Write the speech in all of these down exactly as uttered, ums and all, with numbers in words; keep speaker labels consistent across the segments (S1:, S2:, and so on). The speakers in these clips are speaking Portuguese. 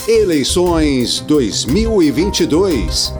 S1: Eleições dois mil e vinte e dois.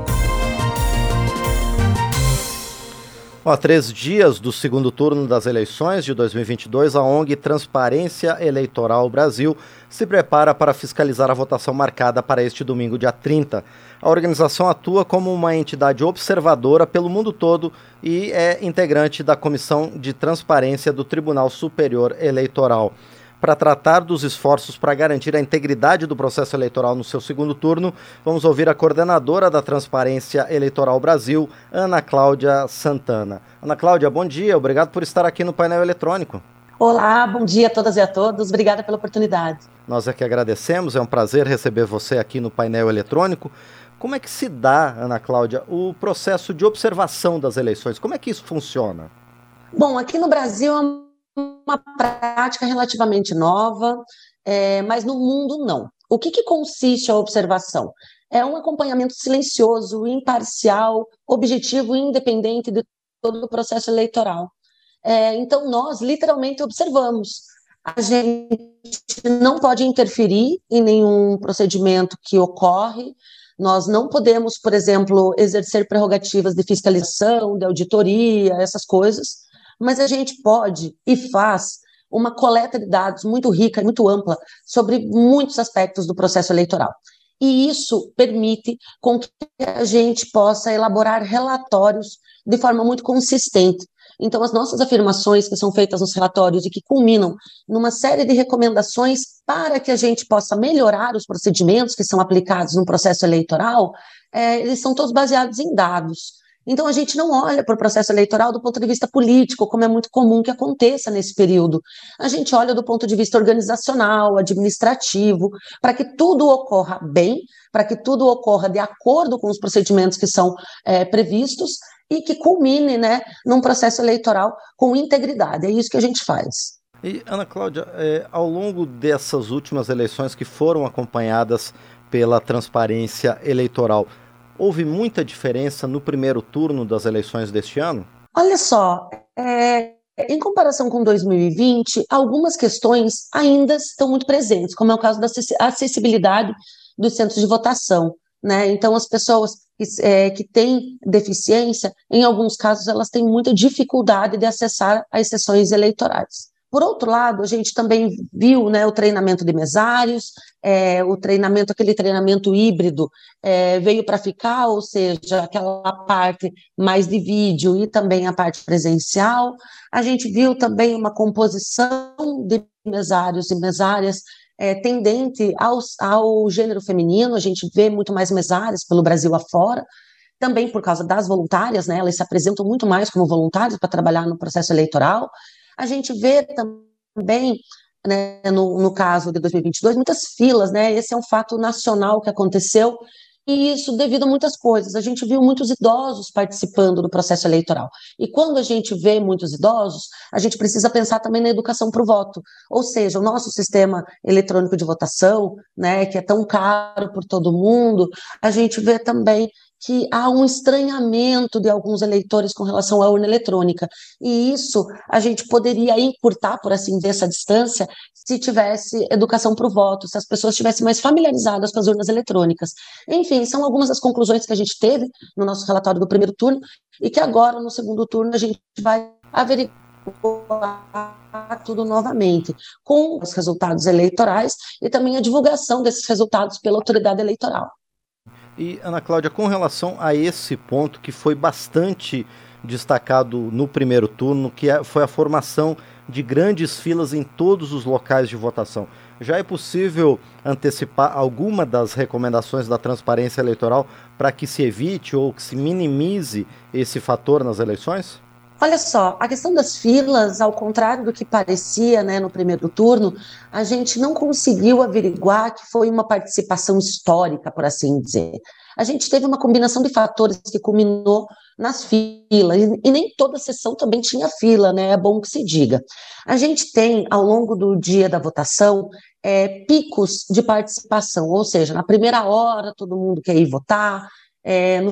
S2: Há três dias do segundo turno das eleições de dois mil e vinte e dois, a O N G Transparência Eleitoral Brasil se prepara para fiscalizar a votação marcada para este domingo, dia trinta. A organização atua como uma entidade observadora pelo mundo todo e é integrante da Comissão de Transparência do Tribunal Superior Eleitoral. Para tratar dos esforços para garantir a integridade do processo eleitoral no seu segundo turno, vamos ouvir a coordenadora da Transparência Eleitoral Brasil, Ana Cláudia Santana. Ana Cláudia, bom dia, obrigado por estar aqui no painel eletrônico.
S3: Olá, bom dia a todas e a todos, obrigada pela oportunidade.
S2: Nós é que agradecemos, é um prazer receber você aqui no painel eletrônico. Como é que se dá, Ana Cláudia, o processo de observação das eleições? Como é que isso funciona?
S3: Bom, aqui no Brasil é uma prática relativamente nova, é, mas no mundo não. O que, que consiste a observação? É um acompanhamento silencioso, imparcial, objetivo e independente de todo o processo eleitoral. É, então, nós literalmente observamos. A gente não pode interferir em nenhum procedimento que ocorre. Nós não podemos, por exemplo, exercer prerrogativas de fiscalização, de auditoria, essas coisas, mas a gente pode e faz uma coleta de dados muito rica e muito ampla sobre muitos aspectos do processo eleitoral. E isso permite com que a gente possa elaborar relatórios de forma muito consistente. Então, as nossas afirmações que são feitas nos relatórios e que culminam numa série de recomendações para que a gente possa melhorar os procedimentos que são aplicados no processo eleitoral, é, eles são todos baseados em dados. Então, a gente não olha para o processo eleitoral do ponto de vista político, como é muito comum que aconteça nesse período. A gente olha do ponto de vista organizacional, administrativo, para que tudo ocorra bem, para que tudo ocorra de acordo com os procedimentos que são é, previstos e que culmine, né, num processo eleitoral com integridade. É isso que a gente faz.
S2: E, Ana Cláudia, é, ao longo dessas últimas eleições que foram acompanhadas pela Transparência Eleitoral, houve muita diferença no primeiro turno das eleições deste ano?
S3: Olha só, é, em comparação com dois mil e vinte, algumas questões ainda estão muito presentes, como é o caso da acessibilidade dos centros de votação, né? Então, as pessoas que, é, que têm deficiência, em alguns casos, elas têm muita dificuldade de acessar as sessões eleitorais. Por outro lado, a gente também viu, né, o treinamento de mesários, é, o treinamento, aquele treinamento híbrido é, veio para ficar, ou seja, aquela parte mais de vídeo e também a parte presencial. A gente viu também uma composição de mesários e mesárias é, tendente ao, ao gênero feminino, a gente vê muito mais mesárias pelo Brasil afora, também por causa das voluntárias, né, elas se apresentam muito mais como voluntárias para trabalhar no processo eleitoral. A gente vê também, né, no, no caso de dois mil e vinte e dois, muitas filas, né? Esse é um fato nacional que aconteceu, e isso devido a muitas coisas. A gente viu muitos idosos participando do processo eleitoral. E quando a gente vê muitos idosos, a gente precisa pensar também na educação para o voto. Ou seja, o nosso sistema eletrônico de votação, né, que é tão caro por todo mundo, a gente vê também que há um estranhamento de alguns eleitores com relação à urna eletrônica, e isso a gente poderia encurtar, por assim dizer, essa distância, se tivesse educação para o voto, se as pessoas estivessem mais familiarizadas com as urnas eletrônicas. Enfim, são algumas das conclusões que a gente teve no nosso relatório do primeiro turno, e que agora, no segundo turno, a gente vai averiguar tudo novamente, com os resultados eleitorais e também a divulgação desses resultados pela autoridade eleitoral.
S2: E, Ana Cláudia, com relação a esse ponto que foi bastante destacado no primeiro turno, que foi a formação de grandes filas em todos os locais de votação, já é possível antecipar alguma das recomendações da Transparência Eleitoral para que se evite ou que se minimize esse fator nas eleições?
S3: Olha só, a questão das filas, ao contrário do que parecia, né, no primeiro turno, a gente não conseguiu averiguar que foi uma participação histórica, por assim dizer. A gente teve uma combinação de fatores que culminou nas filas, e, e nem toda sessão também tinha fila, né, é bom que se diga. A gente tem, ao longo do dia da votação, é, picos de participação, ou seja, na primeira hora todo mundo quer ir votar, é, no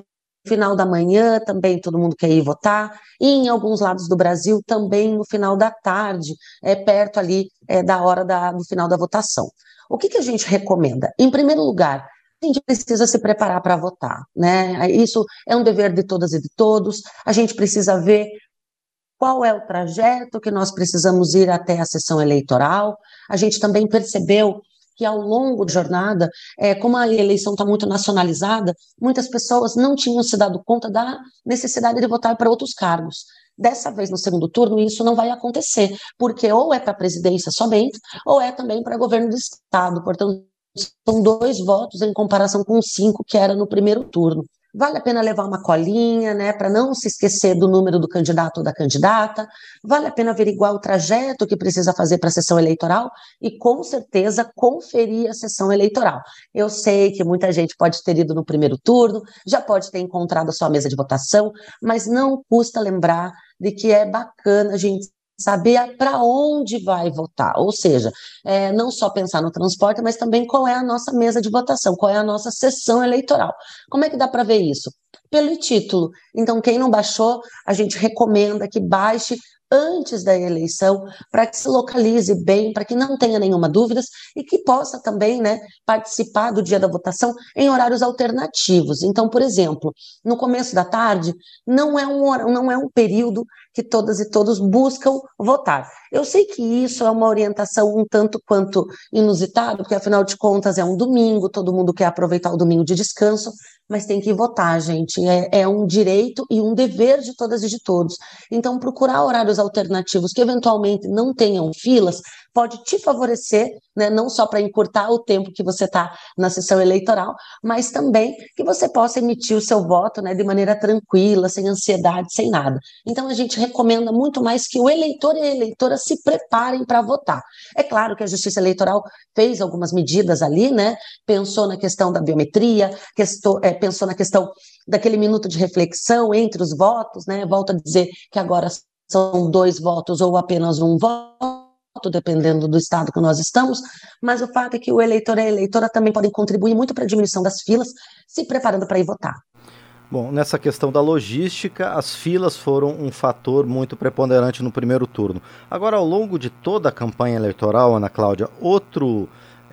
S3: final da manhã também todo mundo quer ir votar, e em alguns lados do Brasil também no final da tarde, é, perto ali é, da hora da, do final da votação. O que, que a gente recomenda? Em primeiro lugar, a gente precisa se preparar para votar, né? Isso é um dever de todas e de todos, a gente precisa ver qual é o trajeto que nós precisamos ir até a sessão eleitoral. A gente também percebeu que ao longo da jornada, é, como a eleição está muito nacionalizada, muitas pessoas não tinham se dado conta da necessidade de votar para outros cargos. Dessa vez, no segundo turno, isso não vai acontecer, porque ou é para a presidência somente, ou é também para governo do Estado. Portanto, são dois votos em comparação com os cinco que era no primeiro turno. Vale a pena levar uma colinha, né, para não se esquecer do número do candidato ou da candidata. Vale a pena averiguar o trajeto que precisa fazer para a sessão eleitoral e, com certeza, conferir a sessão eleitoral. Eu sei que muita gente pode ter ido no primeiro turno, já pode ter encontrado a sua mesa de votação, mas não custa lembrar de que é bacana a gente saber para onde vai votar, ou seja, é, não só pensar no transporte, mas também qual é a nossa mesa de votação, qual é a nossa sessão eleitoral. Como é que dá para ver isso? Pelo título. Então, quem não baixou, a gente recomenda que baixe antes da eleição, para que se localize bem, para que não tenha nenhuma dúvida e que possa também, né, participar do dia da votação em horários alternativos. Então, por exemplo, no começo da tarde, não é um, não é um período que todas e todos buscam votar. Eu sei que isso é uma orientação um tanto quanto inusitada, porque afinal de contas é um domingo, todo mundo quer aproveitar o domingo de descanso, mas tem que votar, gente. É, é um direito e um dever de todas e de todos. Então, procurar horários alternativos que eventualmente não tenham filas pode te favorecer, né, não só para encurtar o tempo que você está na sessão eleitoral, mas também que você possa emitir o seu voto, né, de maneira tranquila, sem ansiedade, sem nada. Então, a gente recomenda muito mais que o eleitor e a eleitora se preparem para votar. É claro que a Justiça Eleitoral fez algumas medidas ali, né, pensou na questão da biometria, questou, é, pensou na questão daquele minuto de reflexão entre os votos, né, volto a dizer que agora são dois votos ou apenas um voto, dependendo do estado que nós estamos, mas o fato é que o eleitor e a eleitora também podem contribuir muito para a diminuição das filas, se preparando para ir votar.
S2: Bom, nessa questão da logística, as filas foram um fator muito preponderante no primeiro turno. Agora, ao longo de toda a campanha eleitoral, Ana Cláudia, outro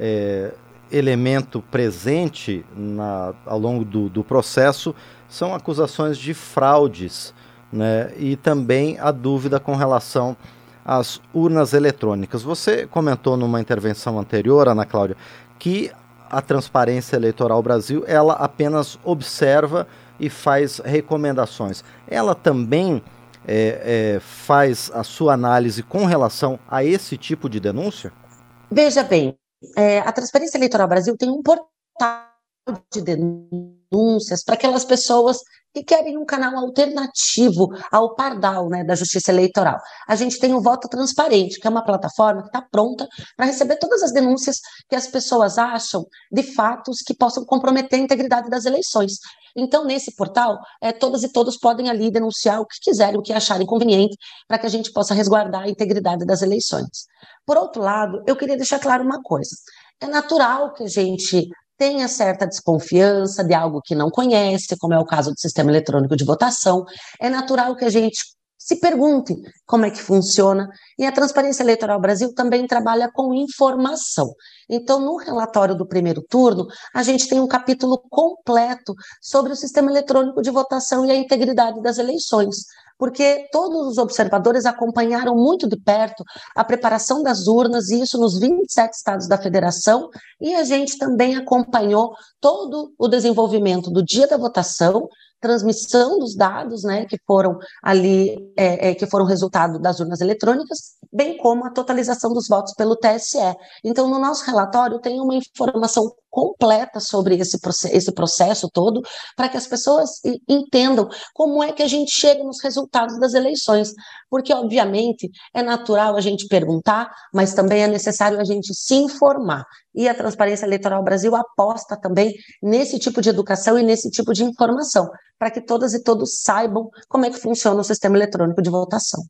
S2: é, elemento presente na, ao longo do, do processo são acusações de fraudes, né, e também a dúvida com relação às urnas eletrônicas. Você comentou numa intervenção anterior, Ana Cláudia, que a Transparência Eleitoral Brasil, ela apenas observa e faz recomendações. Ela também é, é, faz a sua análise com relação a esse tipo de denúncia?
S3: Veja bem, é, a Transparência Eleitoral Brasil tem um portal de denúncias para aquelas pessoas que querem um canal alternativo ao pardal, né, da Justiça Eleitoral. A gente tem o Voto Transparente, que é uma plataforma que está pronta para receber todas as denúncias que as pessoas acham de fatos que possam comprometer a integridade das eleições. Então, nesse portal, é, todas e todos podem ali denunciar o que quiserem, o que acharem conveniente, para que a gente possa resguardar a integridade das eleições. Por outro lado, eu queria deixar claro uma coisa. É natural que a gente tenha certa desconfiança de algo que não conhece, como é o caso do sistema eletrônico de votação. É natural que a gente se pergunte como é que funciona, e a Transparência Eleitoral Brasil também trabalha com informação. Então, no relatório do primeiro turno, a gente tem um capítulo completo sobre o sistema eletrônico de votação e a integridade das eleições, porque todos os observadores acompanharam muito de perto a preparação das urnas, e isso nos vinte e sete estados da federação, e a gente também acompanhou todo o desenvolvimento do dia da votação, transmissão dos dados, né, que foram ali, é, é, que foram resultado das urnas eletrônicas, bem como a totalização dos votos pelo T S E. Então, no nosso relatório tem uma informação completa sobre esse, esse processo todo, para que as pessoas entendam como é que a gente chega nos resultados das eleições, porque, obviamente, é natural a gente perguntar, mas também é necessário a gente se informar, e a Transparência Eleitoral Brasil aposta também nesse tipo de educação e nesse tipo de informação, para que todas e todos saibam como é que funciona o sistema eletrônico de votação.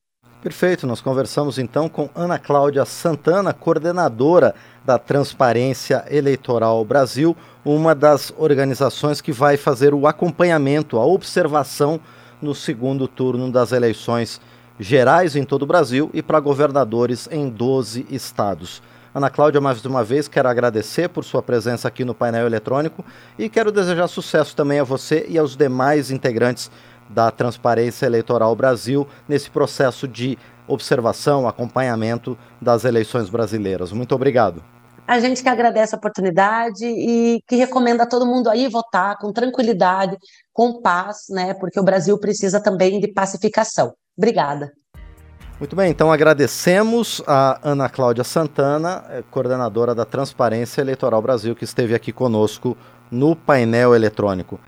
S2: Perfeito, nós conversamos então com Ana Cláudia Santana, coordenadora da Transparência Eleitoral Brasil, uma das organizações que vai fazer o acompanhamento, a observação no segundo turno das eleições gerais em todo o Brasil e para governadores em doze estados. Ana Cláudia, mais uma vez, quero agradecer por sua presença aqui no painel eletrônico e quero desejar sucesso também a você e aos demais integrantes da Transparência Eleitoral Brasil nesse processo de observação, acompanhamento das eleições brasileiras. Muito obrigado.
S3: A gente que agradece a oportunidade e que recomenda a todo mundo aí votar com tranquilidade, com paz, né? Porque o Brasil precisa também de pacificação. Obrigada.
S2: Muito bem, então agradecemos a Ana Cláudia Santana, coordenadora da Transparência Eleitoral Brasil, que esteve aqui conosco no painel eletrônico.